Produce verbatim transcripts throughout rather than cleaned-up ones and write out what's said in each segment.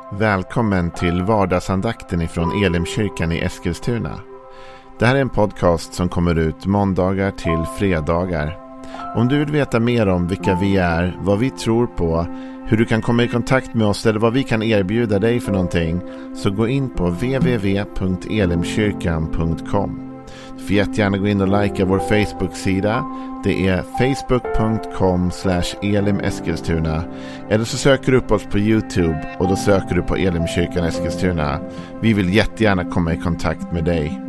Välkommen till vardagsandakten ifrån Elimkyrkan i Eskilstuna. Det här är en podcast som kommer ut måndagar till fredagar. Om du vill veta mer om vilka vi är, vad vi tror på, hur du kan komma i kontakt med oss eller vad vi kan erbjuda dig för någonting, så gå in på w w w punkt elimkyrkan punkt com. Du får jättegärna gå in och likea vår Facebook-sida. Det är facebook punkt com slash elimeskilstuna. Eller så söker du upp oss på YouTube och då söker du på Elimkyrkan Eskilstuna. Vi vill jättegärna komma i kontakt med dig.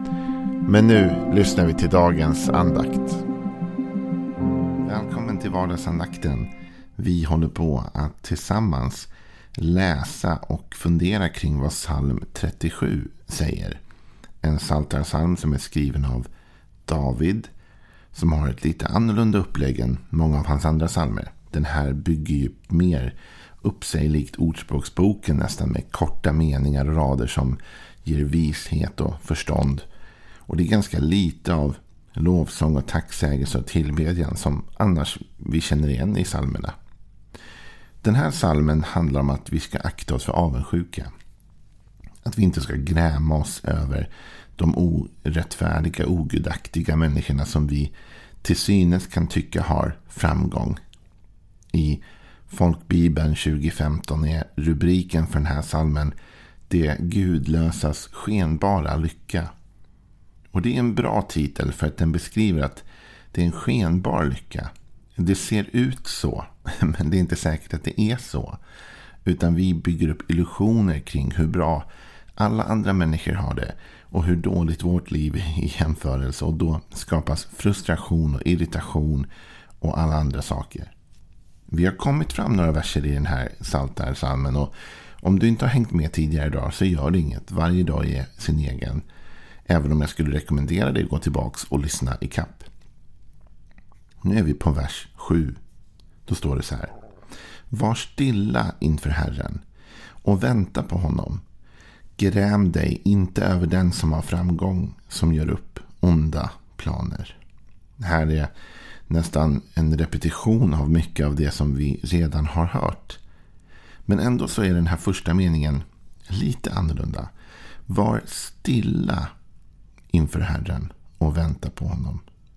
Men nu lyssnar vi till dagens andakt. Välkommen till vardagsandakten. Vi håller på att tillsammans läsa och fundera kring vad psalm trettiosju säger. En psaltarpsalm som är skriven av David, som har ett lite annorlunda upplägg än många av hans andra psalmer. Den här bygger ju mer upp sig likt Ordspråksboken, nästan med korta meningar och rader som ger vishet och förstånd. Och det är ganska lite av lovsång och tacksägelse och tillbedjan som annars vi känner igen i psalmerna. Den här psalmen handlar om att vi ska akta oss för avundsjuka. Att vi inte ska gräma oss över de orättfärdiga, ogudaktiga människorna som vi till synes kan tycka har framgång. I Folkbibeln tjugo femton är rubriken för den här psalmen Det gudlösas skenbara lycka. Och det är en bra titel för att den beskriver att det är en skenbar lycka. Det ser ut så, men det är inte säkert att det är så. Utan vi bygger upp illusioner kring hur bra alla andra människor har det och hur dåligt vårt liv är i jämförelse, och då skapas frustration och irritation och alla andra saker. Vi har kommit fram några verser i den här psaltarpsalmen, och om du inte har hängt med tidigare idag så gör det inget. Varje dag är sin egen, även om jag skulle rekommendera dig att gå tillbaks och lyssna i kapp. Nu är vi på vers sju. Då står det så här: Var stilla inför Herren och vänta på honom. Gräm dig inte över den som har framgång, som gör upp onda planer. Det här är nästan en repetition av mycket av det som vi redan har hört. Men ändå så är den här första meningen lite annorlunda. Var stilla inför Herren och vänta på honom.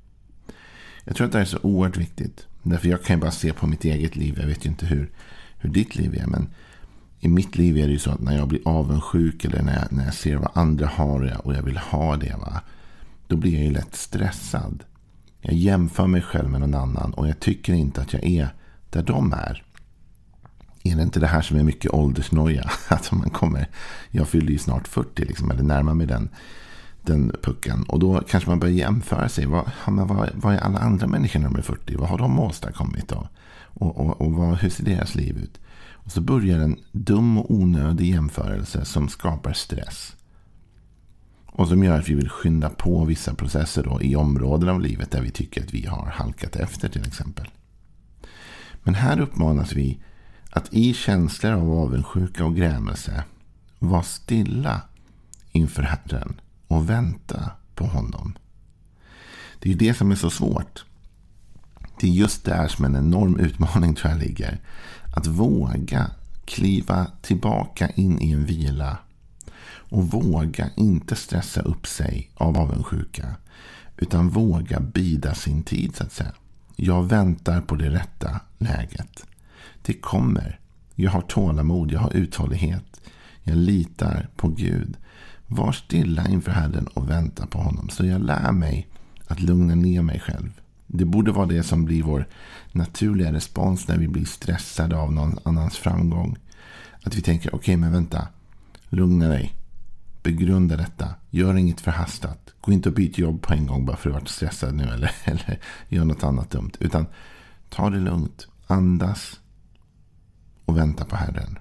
Jag tror att det är så oerhört viktigt. Därför jag kan bara se på mitt eget liv. Jag vet ju inte hur, hur ditt liv är, men i mitt liv är det ju så att när jag blir avundsjuk eller när jag, när jag ser vad andra har och jag vill ha det, va, då blir jag ju lätt stressad. Jag jämför mig själv med någon annan och jag tycker inte att jag är där de är. Är det inte det här som är mycket åldersnoja? Alltså man kommer, jag fyller ju snart fyrtio liksom, eller närmar mig den, den pucken. Och då kanske man börjar jämföra sig. Vad, vad, vad är alla andra människor när de är fyrtio? Vad har de åstadkommit då? Och, och, och vad, hur ser deras liv ut? Och så börjar en dum och onödig jämförelse som skapar stress. Och som gör att vi vill skynda på vissa processer då i områden av livet där vi tycker att vi har halkat efter till exempel. Men här uppmanas vi att i känslor av avundsjuka och grämelse vara stilla inför Herren och vänta på honom. Det är ju det som är så svårt. Det är just där som en enorm utmaning tror jag ligger. Att våga kliva tillbaka in i en vila. Och våga inte stressa upp sig av avundsjuka. Utan våga bida sin tid så att säga. Jag väntar på det rätta läget. Det kommer. Jag har tålamod, jag har uthållighet. Jag litar på Gud. Var stilla inför Herren och vänta på honom. Så jag lär mig att lugna ner mig själv. Det borde vara det som blir vår naturliga respons när vi blir stressade av någon annans framgång. Att vi tänker, okej okay, men vänta, lugna dig, begrunda detta, gör inget förhastat, gå inte och byt jobb på en gång bara för att vara stressad nu eller, eller gör något annat dumt. Utan ta det lugnt, andas och vänta på Herren.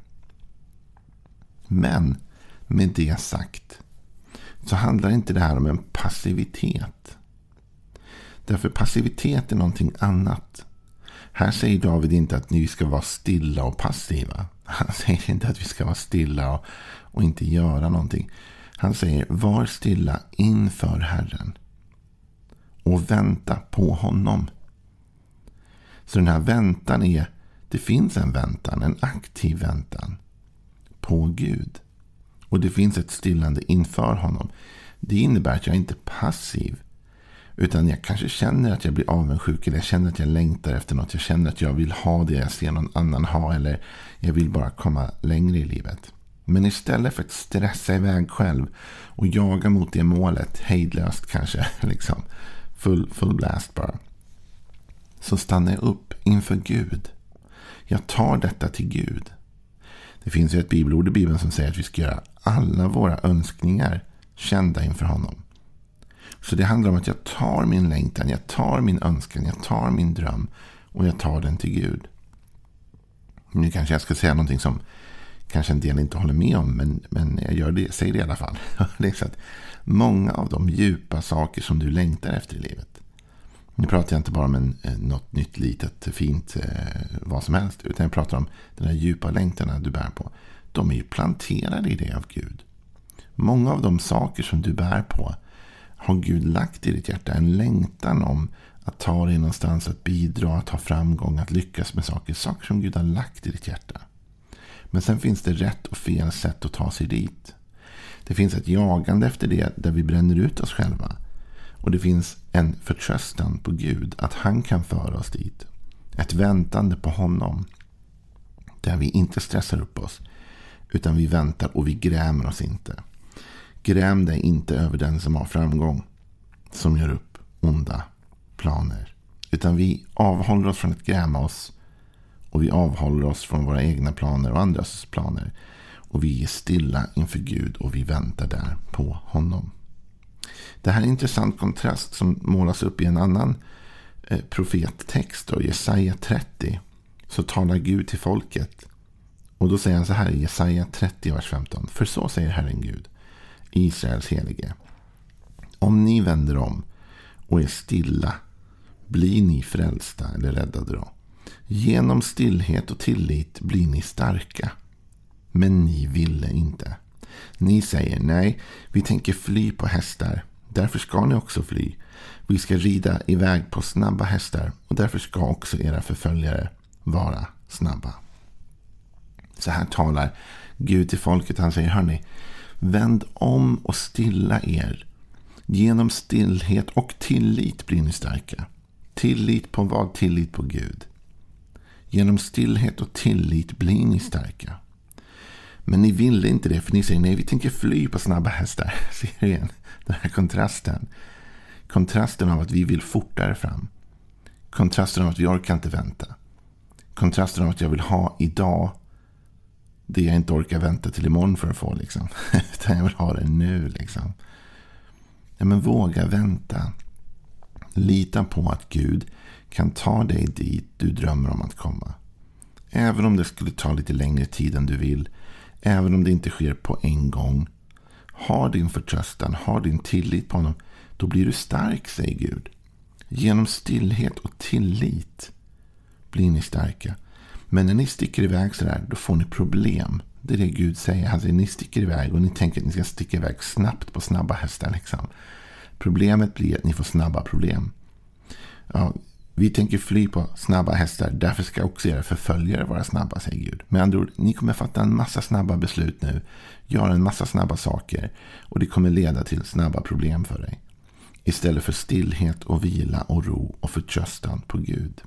Men med det sagt så handlar inte det här om en passivitet. Därför passivitet är någonting annat. Här säger David inte att vi ska vara stilla och passiva. Han säger inte att vi ska vara stilla och, och inte göra någonting. Han säger var stilla inför Herren och vänta på honom. Så den här väntan är, det finns en väntan, en aktiv väntan på Gud. Och det finns ett stillande inför honom. Det innebär att jag inte är passiv. Utan jag kanske känner att jag blir avundsjuk. Eller jag känner att jag längtar efter något. Jag känner att jag vill ha det jag ser någon annan ha. Eller jag vill bara komma längre i livet. Men istället för att stressa iväg själv. Och jaga mot det målet. Hejdlöst kanske. Liksom. Full, full blast bara. Så stannar jag upp inför Gud. Jag tar detta till Gud. Det finns ju ett bibelord i Bibeln som säger att vi ska göra alla våra önskningar kända inför honom. Så det handlar om att jag tar min längtan, jag tar min önskan, jag tar min dröm och jag tar den till Gud. Nu kanske jag ska säga någonting som kanske en del inte håller med om, men, men jag gör det, säger det i alla fall. Det är så att många av de djupa saker som du längtar efter i livet. Nu pratar jag inte bara om en, något nytt, litet, fint, eh, vad som helst. Utan jag pratar om den här djupa längtarna du bär på. De är ju planterade i dig av Gud. Många av de saker som du bär på har Gud lagt i ditt hjärta. En längtan om att ta dig någonstans, att bidra, att ha framgång, att lyckas med saker. Saker som Gud har lagt i ditt hjärta. Men sen finns det rätt och fel sätt att ta sig dit. Det finns ett jagande efter det där vi bränner ut oss själva. Och det finns en förtröstan på Gud att han kan föra oss dit. Ett väntande på honom. Där vi inte stressar upp oss. Utan vi väntar och vi grämer oss inte. Gräm dig inte över den som har framgång. Som gör upp onda planer. Utan vi avhåller oss från att gräma oss. Och vi avhåller oss från våra egna planer och andras planer. Och vi är stilla inför Gud och vi väntar där på honom. Det här är en intressant kontrast som målas upp i en annan eh, profettext. Då, Jesaja trettio. Så talar Gud till folket. Och då säger han så här i Jesaja trettio, vers femton. För så säger Herren Gud, Israels helige. Om ni vänder om och är stilla, blir ni frälsta eller räddade då. Genom stillhet och tillit blir ni starka. Men ni ville inte. Ni säger nej, vi tänker fly på hästar. Därför ska ni också fly. Vi ska rida iväg på snabba hästar. Och därför ska också era förföljare vara snabba. Så här talar Gud till folket. Han säger, hörni, vänd om och stilla er. Genom stillhet och tillit blir ni starka. Tillit på vad? Tillit på Gud. Genom stillhet och tillit blir ni starka. Men ni ville inte det, för ni säger nej, vi tänker fly på snabba hästar. Ser du igen den här kontrasten? Kontrasten av att vi vill fortare fram. Kontrasten av att vi orkar inte vänta. Kontrasten av att jag vill ha idag det jag inte orkar vänta till imorgon för att få. Liksom. Utan jag vill ha det nu. Liksom. Ja, men våga vänta. Lita på att Gud kan ta dig dit du drömmer om att komma. Även om det skulle ta lite längre tid än du vill. Även om det inte sker på en gång. Ha din förtröstan, ha din tillit på honom. Då blir du stark, säger Gud. Genom stillhet och tillit blir ni starka. Men när ni sticker iväg så där, då får ni problem. Det är det Gud säger. Han säger, ni sticker iväg och ni tänker att ni ska sticka iväg snabbt på snabba hästar. Liksom. Problemet blir att ni får snabba problem. Ja, vi tänker fly på snabba hästar. Därför ska också era förföljare vara snabba, säger Gud. Med andra ord, ni kommer fatta en massa snabba beslut nu. Göra en massa snabba saker. Och det kommer leda till snabba problem för dig. Istället för stillhet och vila och ro och förtröstan på Gud.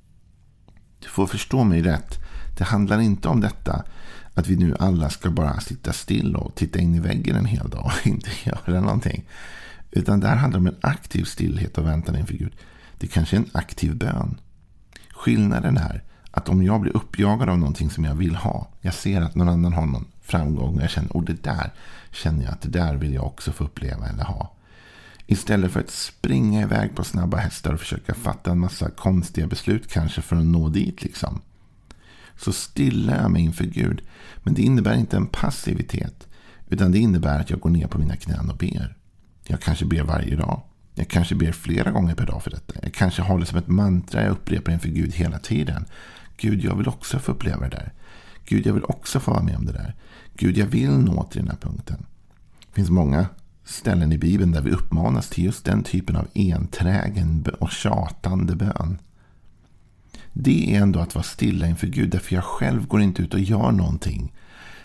Du får förstå mig rätt. Det handlar inte om detta att vi nu alla ska bara sitta still och titta in i väggen en hel dag och inte göra någonting. Utan det här handlar om en aktiv stillhet och väntan inför Gud. Det är kanske en aktiv bön. Skillnaden är att om jag blir uppjagad av någonting som jag vill ha. Jag ser att någon annan har någon framgång och jag känner, och det där känner jag att det där vill jag också få uppleva eller ha. Istället för att springa iväg på snabba hästar och försöka fatta en massa konstiga beslut kanske för att nå dit liksom. Så stillar jag mig inför Gud. Men det innebär inte en passivitet. Utan det innebär att jag går ner på mina knän och ber. Jag kanske ber varje dag. Jag kanske ber flera gånger per dag för detta. Jag kanske har det som ett mantra jag upprepar inför Gud hela tiden. Gud, jag vill också få uppleva det där. Gud, jag vill också få vara med om det där. Gud, jag vill nå till den här punkten. Det finns många ställen i Bibeln där vi uppmanas till just den typen av enträgen och tjatande bön. Det är ändå att vara stilla inför Gud, därför jag själv går inte ut och gör någonting.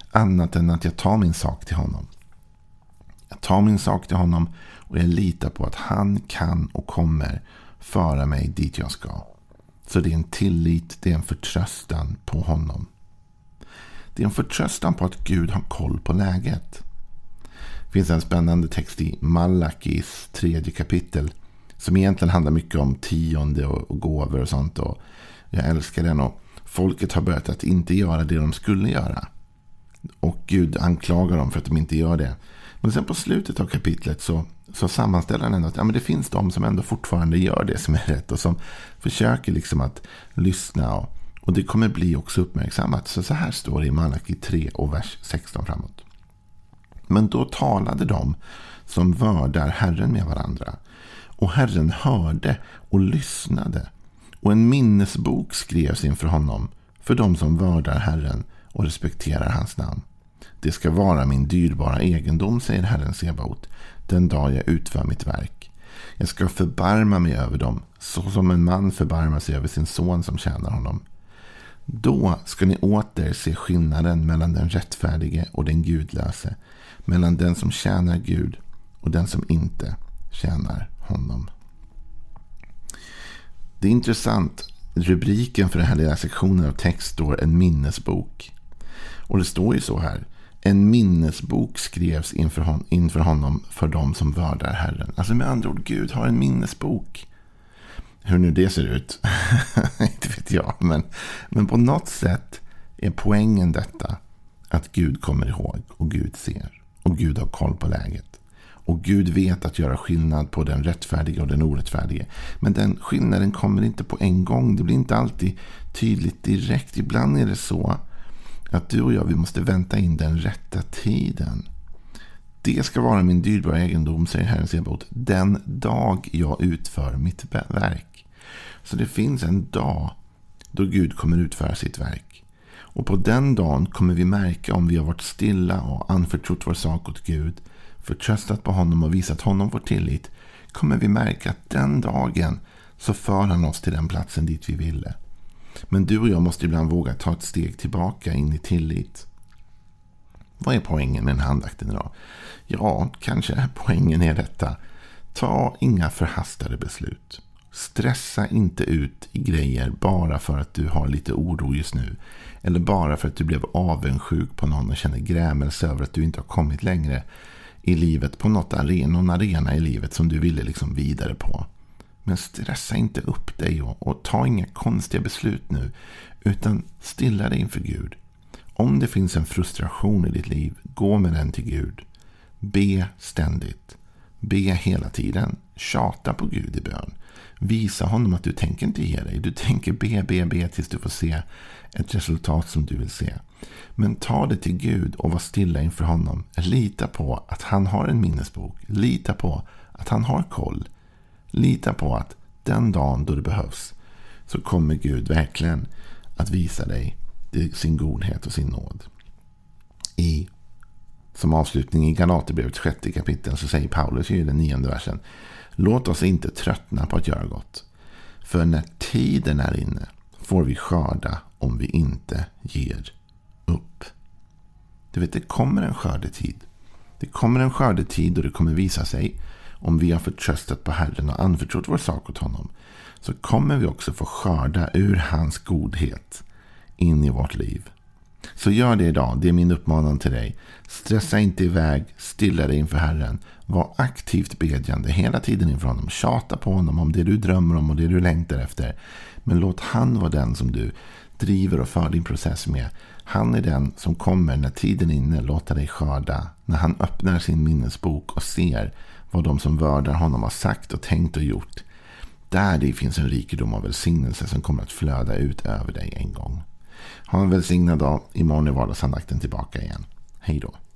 annat än att jag tar min sak till honom. Jag tar min sak till honom och jag litar på att han kan och kommer föra mig dit jag ska. Så det är en tillit, det är en förtröstan på honom. Det är en förtröstan på att Gud har koll på läget. Det finns en spännande text i Malakis tredje kapitel som egentligen handlar mycket om tionde och, och gåvor och sånt. Och jag älskar den, och folket har börjat att inte göra det de skulle göra. Och Gud anklagar dem för att de inte gör det. Men sen på slutet av kapitlet så, så sammanställer han ändå att ja, men det finns de som ändå fortfarande gör det som är rätt och som försöker liksom att lyssna, och, och det kommer bli också uppmärksammat. Så så här står det i Malaki tre och vers sexton framåt. Men då talade de som vördar Herren med varandra, och Herren hörde och lyssnade, och en minnesbok skrevs inför honom för de som vördar Herren och respekterar hans namn. Det ska vara min dyrbara egendom, säger Herren Sebaot, den dag jag utför mitt verk. Jag ska förbarma mig över dem, så som en man förbarmar sig över sin son som tjänar honom. Då ska ni åter se skillnaden mellan den rättfärdige och den gudlöse, mellan den som tjänar Gud och den som inte tjänar honom. Det är intressant. Rubriken för den här lilla sektionen av text står en minnesbok. Och det står ju så här: en minnesbok skrevs inför, hon, inför honom för dem som vördar Herren. Alltså med andra ord, Gud har en minnesbok. Hur nu det ser ut, inte vet jag. Men, men på något sätt är poängen detta att Gud kommer ihåg och Gud ser. Och Gud har koll på läget. Och Gud vet att göra skillnad på den rättfärdiga och den orättfärdiga. Men den skillnaden kommer inte på en gång. Det blir inte alltid tydligt direkt. Ibland är det så att du och jag, vi måste vänta in den rätta tiden. Det ska vara min dyrbara egendom, säger Herren Sebaot, den dag jag utför mitt verk. Så det finns en dag då Gud kommer utföra sitt verk. Och på den dagen kommer vi märka om vi har varit stilla och anförtrott vår sak åt Gud, förtröstat på honom och visat honom vår tillit, kommer vi märka att den dagen så för han oss till den platsen dit vi ville. Men du och jag måste ibland våga ta ett steg tillbaka in i tillit. Vad är poängen med den här andakten idag? Ja, kanske poängen är detta. Ta inga förhastade beslut. Stressa inte ut i grejer bara för att du har lite oro just nu. Eller bara för att du blev avundsjuk på någon och känner grämelse över att du inte har kommit längre i livet på något arena, någon arena i livet som du ville liksom vidare på. Men stressa inte upp dig och, och ta inga konstiga beslut nu, utan stilla dig inför Gud. Om det finns en frustration i ditt liv, gå med den till Gud. Be ständigt. Be hela tiden. Tjata på Gud i bön. Visa honom att du tänker inte ge dig. Du tänker be, be, be tills du får se ett resultat som du vill se. Men ta det till Gud och var stilla inför honom. Lita på att han har en minnesbok. Lita på att han har koll. Lita på att den dagen då det behövs så kommer Gud verkligen att visa dig sin godhet och sin nåd. I, som avslutning i Galaterbrevets sjätte kapitel så säger Paulus i den nionde versen: låt oss inte tröttna på att göra gott. För när tiden är inne får vi skörda om vi inte ger upp. Du vet, det kommer en skördetid. Det kommer en skördetid och det kommer visa sig, om vi har förtröstat på Herren och anförtrott vår sak åt honom, så kommer vi också få skörda ur hans godhet in i vårt liv. Så gör det idag, det är min uppmaning till dig. Stressa inte iväg, stilla dig inför Herren. Var aktivt bedjande hela tiden inför honom. Tjata på honom om det du drömmer om och det du längtar efter. Men låt han vara den som du driver och för din process med. Han är den som kommer när tiden är inne låta dig skörda. När han öppnar sin minnesbok och ser vad de som vördar honom har sagt och tänkt och gjort. Där det finns en rikedom av välsignelse som kommer att flöda ut över dig en gång. Ha en välsignad dag. Imorgon är vardagsandakten tillbaka igen. Hej då.